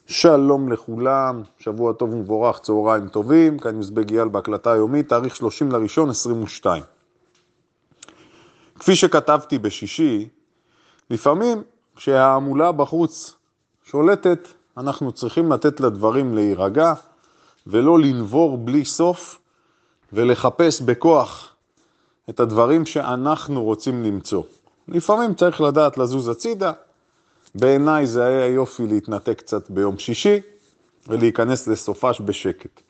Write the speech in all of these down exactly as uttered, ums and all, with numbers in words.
שלום לכולם, שבוע טוב ומבורך, צהריים טובים, כאן יוזבג אייל בהקלטה היומית, תאריך שלושים לראשון עשרים ושתיים. כפי שכתבתי בשישי, לפעמים כשהעמולה בחוץ שולטת, אנחנו צריכים לתת לדברים להירגע, ולא לנבור בלי סוף, ולחפש בכוח את הדברים שאנחנו רוצים למצוא. לפעמים צריך לדעת לזוז הצידה, בעיניי זה היה יופי להתנתק קצת ביום שישי, ולהיכנס לסופש בשקט.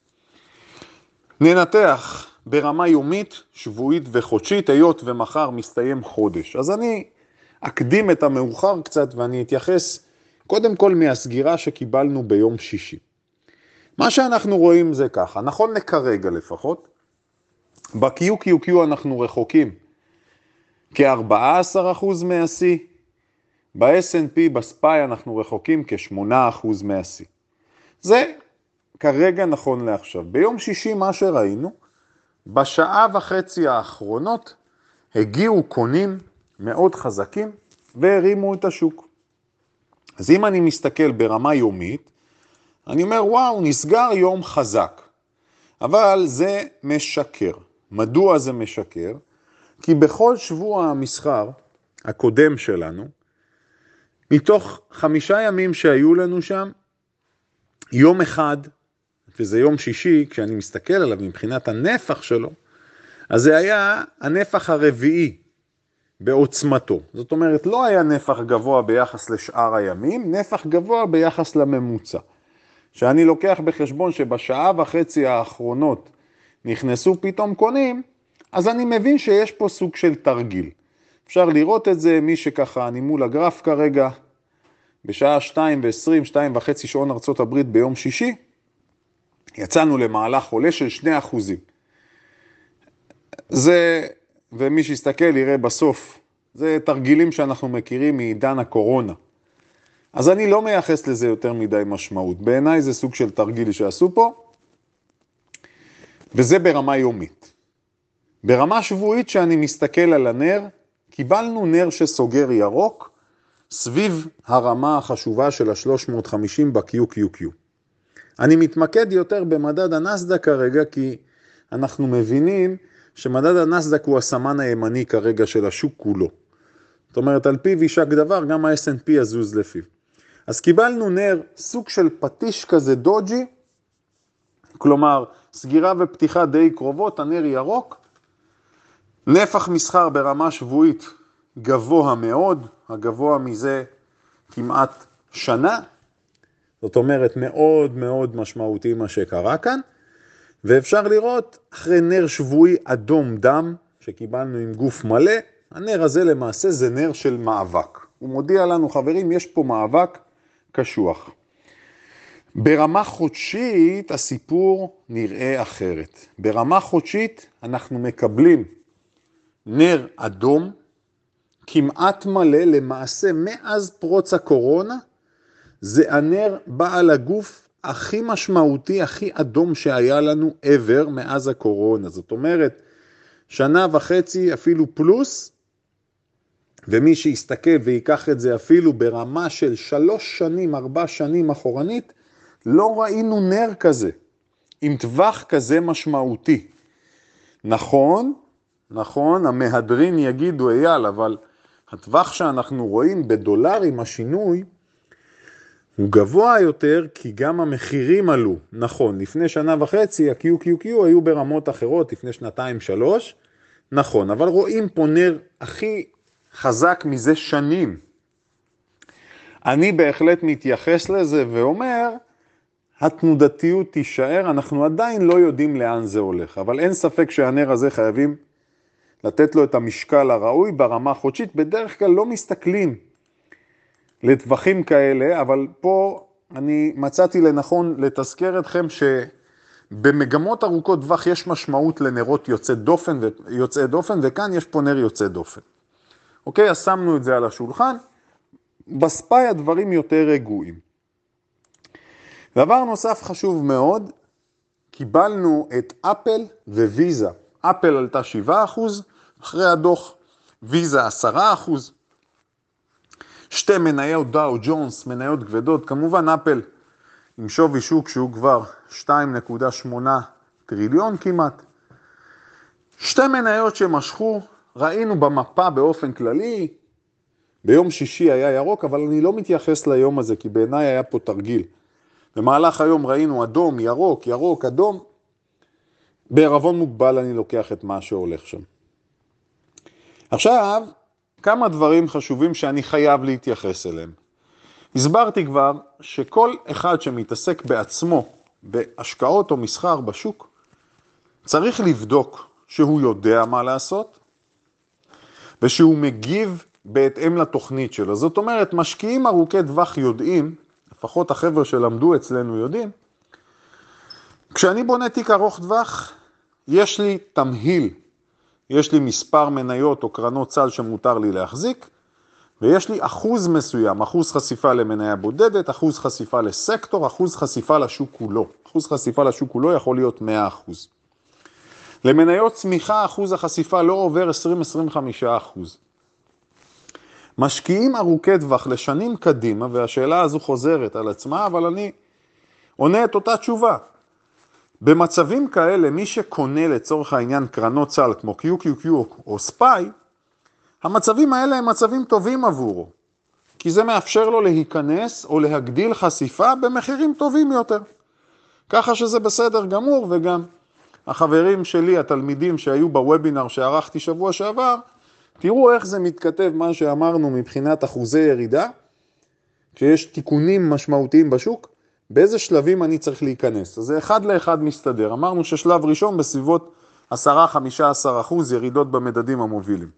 ננתח ברמה יומית, שבועית וחודשית, היות ומחר מסתיים חודש. אז אני אקדים את המאוחר קצת, ואני אתייחס קודם כל מהסגירה שקיבלנו ביום שישי. מה שאנחנו רואים זה ככה, נכון לכרגע לפחות, ב-קיו קיו קיו אנחנו רחוקים כ-ארבעה עשר אחוז מה-C, ב-אס אנד פי, בספיי אנחנו רחוקים כ-שמונה אחוז מה-C. זה כרגע נכון לעכשיו. ביום שישי מה שראינו, בשעה וחצי האחרונות הגיעו קונים מאוד חזקים והרימו את השוק. אז אם אני מסתכל ברמה יומית, אני אומר וואו, נסגר יום חזק. אבל זה משקר. מדוע זה משקר? כי בכל שבוע המסחר הקודם שלנו, מתוך חמישה ימים שהיו לנו שם, יום אחד, וזה יום שישי, כשאני מסתכל עליו מבחינת הנפח שלו, אז זה היה הנפח הרביעי בעוצמתו. זאת אומרת, לא היה נפח גבוה ביחס לשאר הימים, נפח גבוה ביחס לממוצע. שאני לוקח בחשבון שבשעה וחצי האחרונות נכנסו פתאום קונים, אז אני מבין שיש פה סוג של תרגיל. אפשר לראות את זה, מי שככה, אני מול הגרף כרגע, בשעה שתיים ועשרים, שתיים וחצי שעון ארצות הברית ביום שישי, יצאנו למהלך עולה של שני אחוזים. זה, ומי שיסתכל יראה בסוף, זה תרגילים שאנחנו מכירים מעידן הקורונה. אז אני לא מייחס לזה יותר מדי משמעות. בעיניי זה סוג של תרגיל שעשו פה, וזה ברמה יומית. ברמה שבועית שאני מסתכל על הנר, קיבלנו נר שסוגר ירוק, סביב הרמה החשובה של ה-שלוש מאות וחמישים ב-קיו קיו קיו. אני מתמקד יותר במדד הנסדק כרגע, כי אנחנו מבינים שמדד הנסדק הוא הסמן הימני כרגע של השוק כולו. זאת אומרת, על פיו יישק דבר, גם ה-אס אנד פי יזוז לפיו. אז קיבלנו נר סוג של פטיש כזה דוג'י, כלומר, סגירה ופתיחה די קרובות, הנר ירוק, נפח מסחר ברמה שבועית גבוה מאוד, הגבוה מזה כמעט שנה, זאת אומרת מאוד מאוד משמעותי מה שקרה כאן, ואפשר לראות אחרי נר שבועי אדום דם שקיבלנו עם גוף מלא, הנר הזה למעשה זה נר של מאבק. הוא מודיע לנו חברים, יש פה מאבק קשוח. ברמה חודשית הסיפור נראה אחרת. ברמה חודשית אנחנו מקבלים נר אדום, כמעט מלא, למעשה מאז פרוץ הקורונה, זה הנר בעל הגוף הכי משמעותי, הכי אדום שהיה לנו ever מאז הקורונה. זאת אומרת, שנה וחצי אפילו פלוס, ומי שיסתכל ויקח את זה אפילו ברמה של שלוש שנים, ארבע שנים אחורנית, לא ראינו נר כזה, עם טווח כזה משמעותי. נכון, נכון, המהדרין יגידו אייל, אבל הטווח שאנחנו רואים בדולרים, השינוי, הוא גבוה יותר כי גם המחירים עלו. נכון, לפני שנה וחצי ה-קיו קיו קיו היו ברמות אחרות, לפני שנתיים שלוש, נכון, אבל רואים פה נר הכי חזק מזה שנים. אני בהחלט מתייחס לזה ואומר, התנודתיות תישאר, אנחנו עדיין לא יודעים לאן זה הולך, אבל אין ספק שהנר הזה חייבים לתת לו את המשקל הראוי ברמה חודשית, בדרך כלל לא מסתכלים לטווחים כאלה, אבל פה אני מצאתי לנכון לתזכר אתכם שבמגמות ארוכות טווח יש משמעות לנרות יוצא דופן, יוצא דופן, וכאן יש פה נר יוצא דופן. אוקיי, אז שמנו את זה על השולחן, בספיי הדברים יותר רגועים. דבר נוסף חשוב מאוד, קיבלנו את אפל וויזה. אפל עלתה שבעה אחוז, אחרי הדוח ויזה עשרה אחוז. שתי מניות דאו ג'ונס, מניות כבדות, כמובן אפל עם שווי שוק שהוא כבר שתיים נקודה שמונה טריליון כמעט. שתי מניות שמשכו, ראינו במפה באופן כללי, ביום שישי היה ירוק, אבל אני לא מתייחס ליום הזה, כי בעיניי היה פה תרגיל. במהלך היום ראינו אדום, ירוק, ירוק, אדום. בערבון מוגבל אני לוקח את מה שהולך שם. עכשיו, כמה דברים חשובים שאני חייב להתייחס אליהם. הסברתי כבר שכל אחד שמתעסק בעצמו, בהשקעות או מסחר בשוק, צריך לבדוק שהוא יודע מה לעשות, ושהוא מגיב בהתאם לתוכנית שלו. זאת אומרת, משקיעים ארוכי טווח יודעים, לפחות החבר'ה שלמדו אצלנו יודעים, כשאני בונה תיק ארוך טווח, יש לי תמהיל, יש לי מספר מניות או קרנות סל שמותר לי להחזיק, ויש לי אחוז מסוים, אחוז חשיפה למניה בודדת, אחוז חשיפה לסקטור, אחוז חשיפה לשוק כולו. אחוז חשיפה לשוק כולו יכול להיות מאה אחוז. למניות צמיחה, אחוז החשיפה לא עובר עשרים עד עשרים וחמישה אחוז. משקיעים ארוכי טווח לשנים קדימה, והשאלה הזו חוזרת על עצמה, אבל אני עונה את אותה תשובה. במצבים כאלה, מי שקונה לצורך העניין קרנות סל כמו קיו קיו קיו או ספיי, המצבים האלה הם מצבים טובים עבורו, כי זה מאפשר לו להיכנס או להגדיל חשיפה במחירים טובים יותר. ככה שזה בסדר גמור, וגם החברים שלי, התלמידים שהיו בוובינר שערכתי שבוע שעבר, תראו איך זה מתכתב מה שאמרנו מבחינת אחוזי ירידה, כשיש תיקונים משמעותיים בשוק, באיזה שלבים אני צריך להיכנס. אז זה אחד לאחד מסתדר. אמרנו ששלב ראשון בסביבות עשרה עד חמישה עשר אחוז ירידות במדדים המובילים.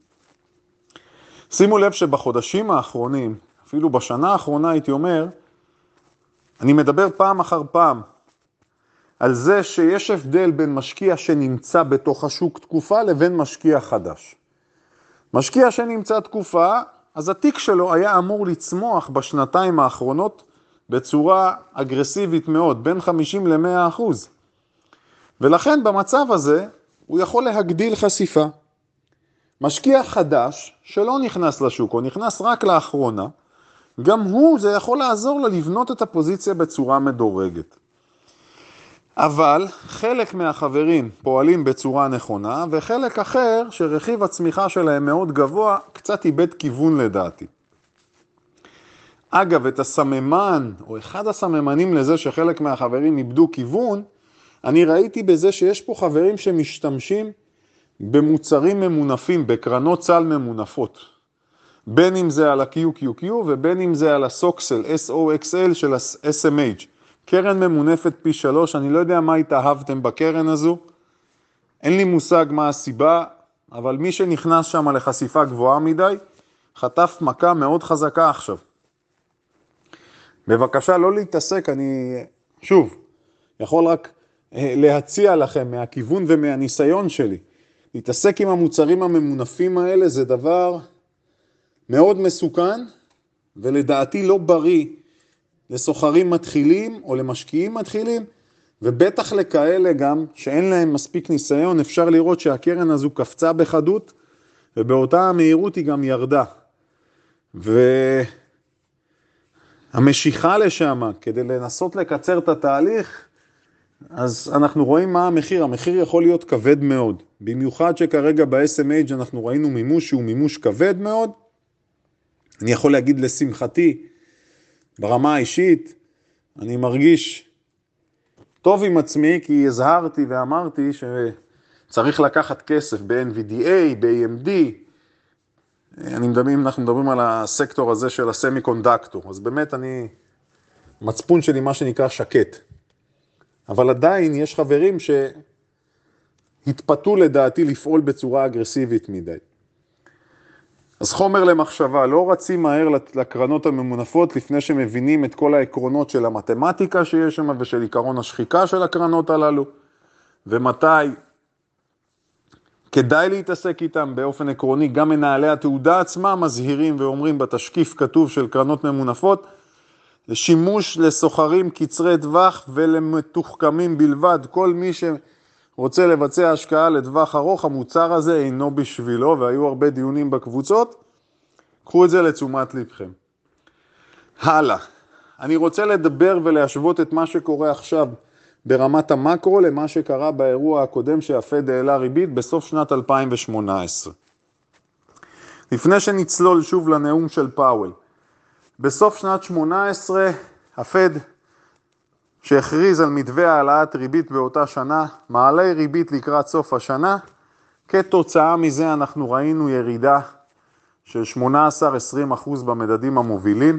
שימו לב שבחודשים האחרונים, אפילו בשנה האחרונה הייתי אומר, אני מדבר פעם אחר פעם, על זה שיש הבדל בין משקיע שנמצא בתוך השוק תקופה לבין משקיע חדש. משקיע שנמצא תקופה, אז התיק שלו היה אמור לצמוח בשנתיים האחרונות בצורה אגרסיבית מאוד, בין חמישים למאה אחוז. ולכן במצב הזה הוא יכול להגדיל חשיפה. משקיע חדש שלא נכנס לשוק או נכנס רק לאחרונה, גם הוא זה יכול לעזור לו לבנות את הפוזיציה בצורה מדורגת. אבל חלק מהחברים פועלים בצורה נכונה, וחלק אחר שרכיב הצמיחה שלהם מאוד גבוה, קצת איבד כיוון לדעתי. אגב, את הסממן, או אחד הסממנים לזה שחלק מהחברים איבדו כיוון, אני ראיתי בזה שיש פה חברים שמשתמשים במוצרים ממונפים, בקרנות סל ממונפות. בין אם זה על ה-קיו קיו קיו ובין אם זה על הסוקסל, אס או אקס אל של ה-אס אם אייץ'. קרן ממונפת פי שלוש, אני לא יודע מה התאהבתם בקרן הזו, אין לי מושג מה הסיבה, אבל מי שנכנס שם לחשיפה גבוהה מדי, חטף מכה מאוד חזקה עכשיו. בבקשה לא להתעסק, אני שוב, יכול רק להציע לכם מהכיוון ומהניסיון שלי, להתעסק עם המוצרים הממונפים האלה זה דבר מאוד מסוכן, ולדעתי לא בריא לסוחרים מתחילים או למשקיעים מתחילים, ובטח לכאלה גם שאין להם מספיק ניסיון, אפשר לראות שהקרן הזו קפצה בחדות, ובאותה המהירות היא גם ירדה. והמשיכה לשם, כדי לנסות לקצר את התהליך, אז אנחנו רואים מה המחיר, המחיר יכול להיות כבד מאוד, במיוחד שכרגע ב-אס אם אייץ' אנחנו ראינו מימוש שהוא מימוש כבד מאוד, אני יכול להגיד לשמחתי, ברמה האישית, אני מרגיש טוב עם עצמי, כי הזהרתי ואמרתי שצריך לקחת כסף ב-אן וי די איי, ב-איי אם די, אני מדברים, אנחנו מדברים על הסקטור הזה של הסמי קונדקטור, אז באמת אני, מצפון שלי מה שנקרא שקט. אבל עדיין יש חברים שהתפתו לדעתי לפעול בצורה אגרסיבית מדי. אז חומר למחשבה, לא רצים מהר לקרנות הממונפות לפני שמבינים את כל העקרונות של המתמטיקה שיש שם ושל עיקרון השחיקה של הקרנות הללו, ומתי כדאי להתעסק איתם באופן עקרוני. גם מנהלי התעודה עצמם מזהירים ואומרים בתשקיף כתוב של קרנות ממונפות, לשימוש לסוחרים קצרי טווח ולמתוחכמים בלבד. כל מי שרוצה לבצע השקעה לטווח ארוך, המוצר הזה אינו בשבילו, והיו הרבה דיונים בקבוצות. קחו את זה לתשומת לבכם. הלאה. אני רוצה לדבר ולהשוות את מה שקורה עכשיו ברמת המקרו למה שקרה באירוע הקודם שהפד העלה ריבית בסוף שנת אלפיים שמונה עשרה. לפני שנצלול שוב לנאום של פאוול, בסוף שנת שמונה עשרה הפד שהכריז על מתווה העלאת ריבית באותה שנה, מעלה ריבית לקראת סוף השנה, כתוצאה מזה אנחנו ראינו ירידה של שמונה עשרה עד עשרים אחוז במדדים המובילים.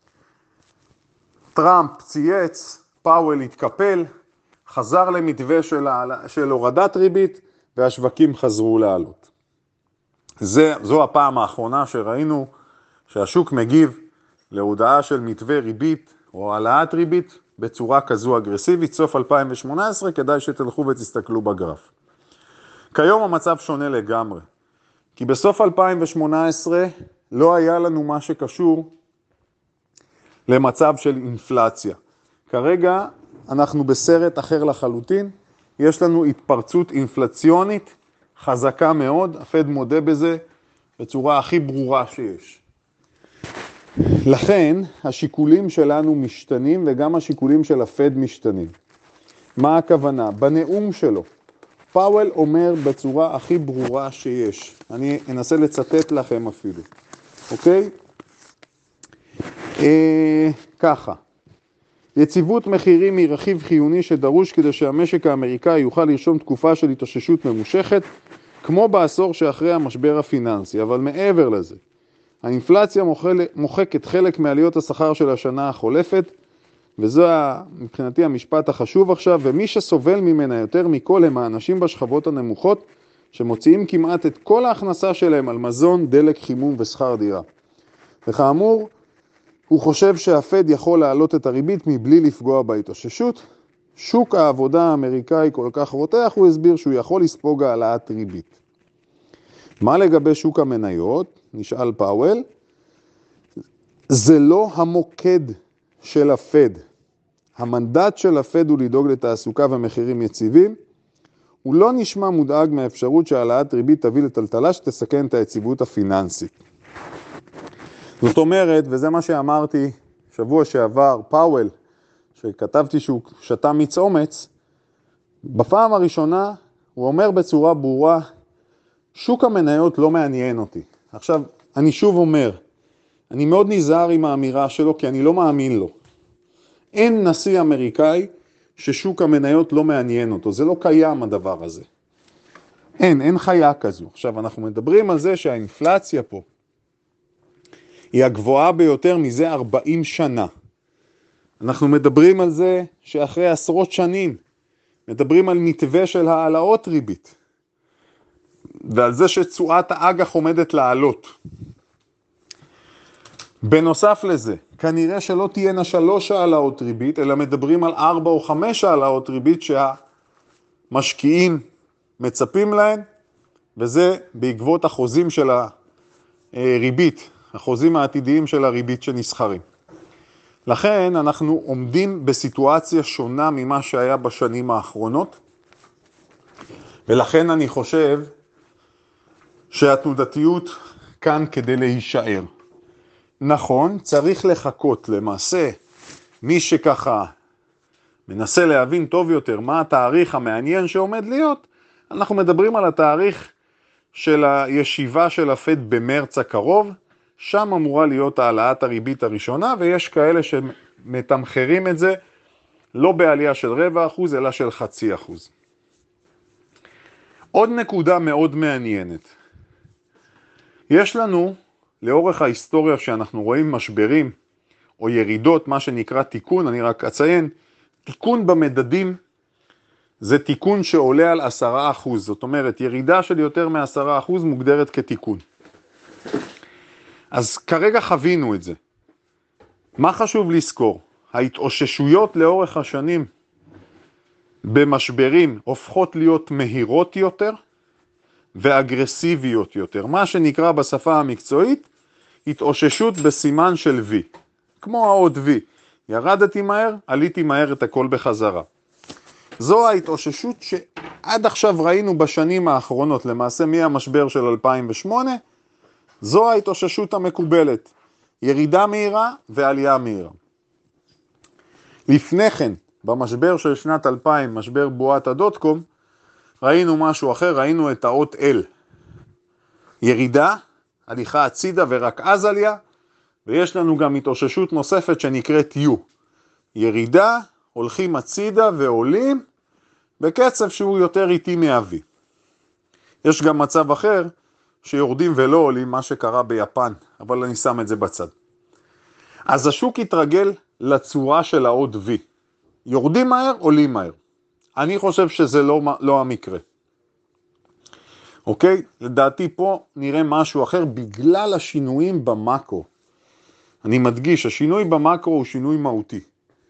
טראמפ צייץ, פאוול התקפל, חזר למתווה של, של הורדת ריבית, והשווקים חזרו לעלות. זה, זו הפעם האחרונה שראינו שהשוק מגיב להודעה של מתווה ריבית או העלאת ריבית בצורה כזו אגרסיבית. סוף אלפיים שמונה עשרה, כדאי שתלכו ותסתכלו בגרף. כיום המצב שונה לגמרי, כי בסוף אלפיים שמונה עשרה לא היה לנו מה שקשור למצב של אינפלציה. כרגע אנחנו בסרט אחר לחלוטין, יש לנו התפרצות אינפלציונית חזקה מאוד, הפד מודה בזה בצורה הכי ברורה שיש. לכן השיקולים שלנו משתנים וגם השיקולים של הפד משתנים. מה הכוונה? בנאום שלו, פאוול אומר בצורה הכי ברורה שיש. אני אנסה לצטט לכם אפילו, אוקיי? אה, ככה. יציבות מחירים היא רכיב חיוני שדרוש כדי שהמשק האמריקאי יוכל לרשום תקופה של התאוששות ממושכת, כמו בעשור שאחרי המשבר הפיננסי, אבל מעבר לזה. האינפלציה מוחקת חלק מעליות השכר של השנה החולפת, וזו מבחינתי המשפט החשוב עכשיו, ומי שסובל ממנה יותר מכל הם האנשים בשכבות הנמוכות, שמוציאים כמעט את כל ההכנסה שלהם על מזון, דלק, חימום ושכר דירה. וכאמור, הוא חושב שהפד יכול להעלות את הריבית מבלי לפגוע בהתאוששות. שוק העבודה האמריקאי כל כך רותח, הוא הסביר שהוא יכול לספוג העלאת ריבית. מה לגבי שוק המניות? נשאל פאוול. זה לא המוקד של הפד. המנדט של הפד הוא לדאוג לתעסוקה ומחירים יציבים. הוא לא נשמע מודאג מהאפשרות שהעלאת ריבית תביא לטלטלה שתסכן את היציבות הפיננסית. זאת אומרת, וזה מה שאמרתי שבוע שעבר, פאוול, שכתבתי שהוא שתה מיץ אומץ, בפעם הראשונה הוא אומר בצורה ברורה, שוק המניות לא מעניין אותי. עכשיו, אני שוב אומר, אני מאוד נזהר עם האמירה שלו, כי אני לא מאמין לו. אין נשיא אמריקאי ששוק המניות לא מעניין אותו. זה לא קיים הדבר הזה. אין, אין חיה כזו. עכשיו, אנחנו מדברים על זה שהאינפלציה פה היא הגבוהה ביותר מזה ארבעים שנה. אנחנו מדברים על זה שאחרי עשרות שנים מדברים על מתווה של העלאות ריבית. ועל זה שתשואת האג"ח עומדת לעלות. בנוסף לזה, כנראה שלא תהיינה שלוש העלאות ריבית, אלא מדברים על ארבע או חמש העלאות ריבית שהמשקיעים מצפים להן, וזה בעקבות החוזים של הריבית, החוזים העתידיים של הריבית שנסחרים. לכן אנחנו עומדים בסיטואציה שונה ממה שהיה בשנים האחרונות, ולכן אני חושב שהתנודתיות כאן כדי להישאר. נכון, צריך לחכות. למעשה, מי שככה מנסה להבין טוב יותר מה התאריך המעניין שעומד להיות, אנחנו מדברים על התאריך של הישיבה של הפד במרץ הקרוב, שם אמורה להיות העלאת הריבית הראשונה, ויש כאלה שמתמחרים את זה לא בעלייה של רבע אחוז, אלא של חצי אחוז. עוד נקודה מאוד מעניינת. יש לנו, לאורך ההיסטוריה שאנחנו רואים משברים או ירידות, מה שנקרא תיקון, אני רק אציין, תיקון במדדים זה תיקון שעולה על עשרה אחוז. זאת אומרת, ירידה של יותר מעשרה אחוז מוגדרת כתיקון. אז כרגע חווינו את זה. מה חשוב לזכור? ההתאוששויות לאורך השנים במשברים הופכות להיות מהירות יותר ואגרסיביות יותר. מה שנקרא בשפה המקצועית, התאוששות בסימן של V. כמו האות V. ירדתי מהר, עליתי מהר את הכל בחזרה. זו ההתאוששות שעד עכשיו ראינו בשנים האחרונות, למעשה מהמשבר של אלפיים ושמונה, זו ההתאוששות המקובלת. ירידה מהירה ועלייה מהירה. לפני כן, במשבר של שנת אלפיים, משבר בועת הדוט-קום, ראינו משהו אחר, ראינו את האות L. ירידה, הליכה הצידה ורק אז עלייה, ויש לנו גם התאוששות נוספת שנקראת U. ירידה, הולכים הצידה ועולים, בקצב שהוא יותר איטי מאבי. יש גם מצב אחר, שיורדים ולא עולים, מה שקרה ביפן, אבל אני שם את זה בצד. אז השוק יתרגל לצורה של האות V. יורדים מהר, עולים מהר. אני חושב שזה לא, לא המקרה. אוקיי? לדעתי פה נראה משהו אחר בגלל השינויים במקרו. אני מדגיש, השינוי במקרו הוא שינוי מהותי.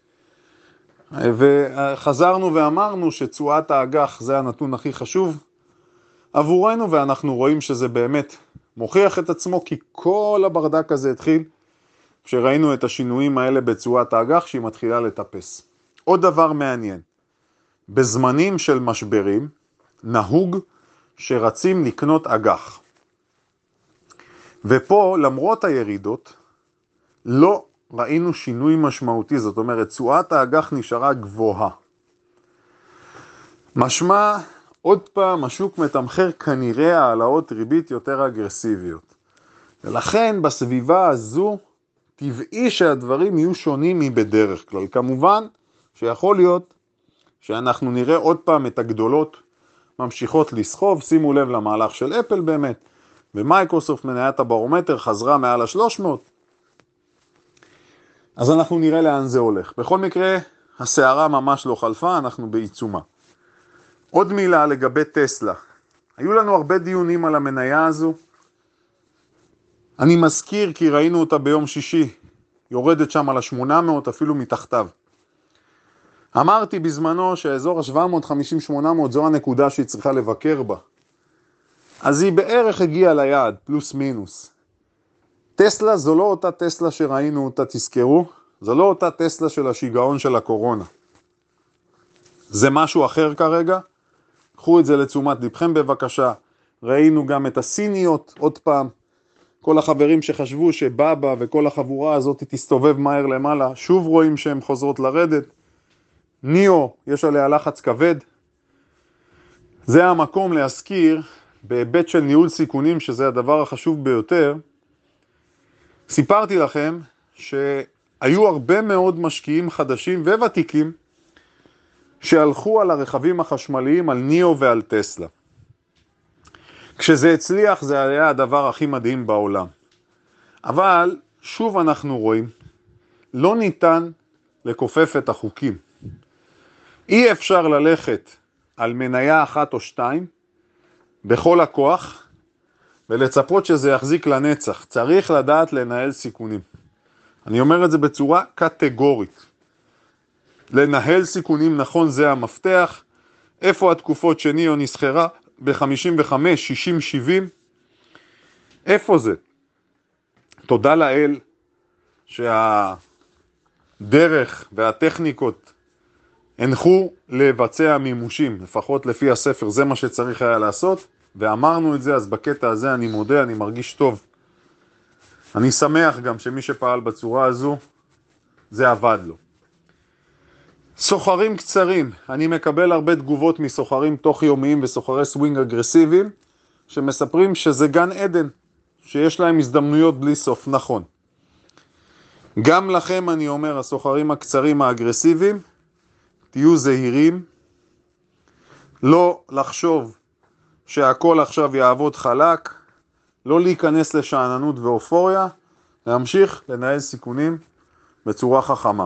וחזרנו ואמרנו שצועת האג"ח זה הנתון הכי חשוב עבורנו, ואנחנו רואים שזה באמת מוכיח את עצמו, כי כל הברדק הזה התחיל כשראינו את השינויים האלה בצועת האג"ח שהיא מתחילה לטפס. עוד דבר מעניין, בזמנים של משברים נהוג שרצים לקנות אג"ח. ופה למרות הירידות לא ראינו שינוי משמעותי, זאת אומרת תשואת האג"ח נשארה גבוהה. משמע עוד פעם השוק מתמחר כנראה העלאות ריבית יותר אגרסיביות. ולכן בסביבה הזו טבעי שהדברים יהיו שונים מבדרך כלל. כמובן שיכול להיות שאנחנו נראה עוד פעם את הגדולות ממשיכות לסחוב, שימו לב למהלך של אפל באמת, ומייקרוסופט מניית הברומטר חזרה מעל ה-שלוש מאות. אז אנחנו נראה לאן זה הולך. בכל מקרה, הסערה ממש לא חלפה, אנחנו בעיצומה. עוד מילה לגבי טסלה. היו לנו הרבה דיונים על המניה הזו. אני מזכיר כי ראינו אותה ביום שישי, יורדת שם על ה-שמונה מאות, אפילו מתחתיו. אמרתי בזמנו שהאזור ה-שבע מאות חמישים שמונה מאות זו הנקודה שהיא צריכה לבקר בה. אז היא בערך הגיעה ליעד, פלוס מינוס. טסלה זו לא אותה טסלה שראינו אותה, תזכרו, זו לא אותה טסלה של השיגעון של הקורונה. זה משהו אחר כרגע, קחו את זה לתשומת לבכם בבקשה. ראינו גם את הסיניות, עוד פעם, כל החברים שחשבו שבאבא וכל החבורה הזאת תסתובב מהר למעלה, שוב רואים שהן חוזרות לרדת. ניאו, יש עליה לחץ כבד. זה המקום להזכיר, בהיבט של ניהול סיכונים, שזה הדבר החשוב ביותר, סיפרתי לכם שהיו הרבה מאוד משקיעים חדשים וותיקים שהלכו על הרכבים החשמליים, על ניאו ועל טסלה. כשזה הצליח זה היה הדבר הכי מדהים בעולם. אבל שוב אנחנו רואים, לא ניתן לקופף את החוקים. אי אפשר ללכת על מניה אחת או שתיים בכל הכוח ולצפות שזה יחזיק לנצח. צריך לדעת לנהל סיכונים. אני אומר את זה בצורה קטגורית. לנהל סיכונים נכון זה המפתח. איפה התקופות שניאו נסחרה? ב-חמישים וחמש, שישים, שבעים. איפה זה? תודה לאל שהדרך והטכניקות הנחו לבצע מימושים, לפחות לפי הספר, זה מה שצריך היה לעשות, ואמרנו את זה, אז בקטע הזה אני מודה, אני מרגיש טוב. אני שמח גם שמי שפעל בצורה הזו, זה עבד לו. סוחרים קצרים, אני מקבל הרבה תגובות מסוחרים תוך יומיים וסוחרי סווינג אגרסיביים, שמספרים שזה גן עדן, שיש להם הזדמנויות בלי סוף, נכון. גם לכם אני אומר, הסוחרים הקצרים האגרסיביים, תהיו זהירים, לא לחשוב שהכל עכשיו יעבוד חלק, לא להיכנס לשעננות ואופוריה, להמשיך לנהל סיכונים בצורה חכמה.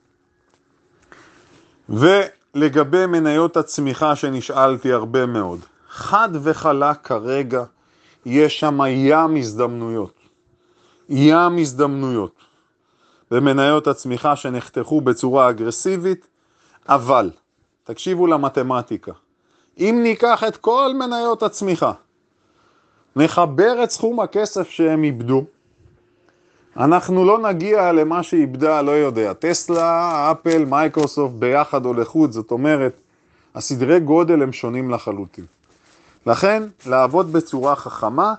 ולגבי מניות הצמיחה שנשאלתי הרבה מאוד, חד וחלק כרגע יש שם ים הזדמנויות, ים הזדמנויות במניות הצמיחה שנחתכו בצורה אגרסיבית, אבל תקשיבו למתמטיקה, אם ניקח את כל מניות הצמיחה, נחבר את סכום הכסף שהם איבדו, אנחנו לא נגיע למה שאיבדה, לא יודע, טסלה, אפל, מייקרוסופט ביחד או לחוד, זאת אומרת, הסדרי גודל הם שונים לחלוטין. לכן, לעבוד בצורה חכמה,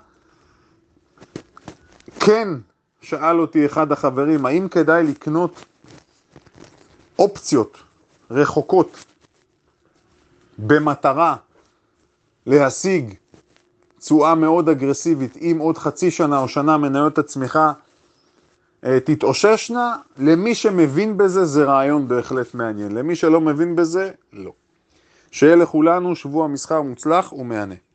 כן, שאל אותי אחד החברים, האם כדאי לקנות אופציות רחוקות במטרה להשיג תשואה מאוד אגרסיבית, אם עוד חצי שנה או שנה מניות הצמיחה תתאוששנה, למי שמבין בזה זה רעיון בהחלט מעניין, למי שלא מבין בזה לא. שיהיה לכולנו שבוע מסחר מוצלח ומהנה.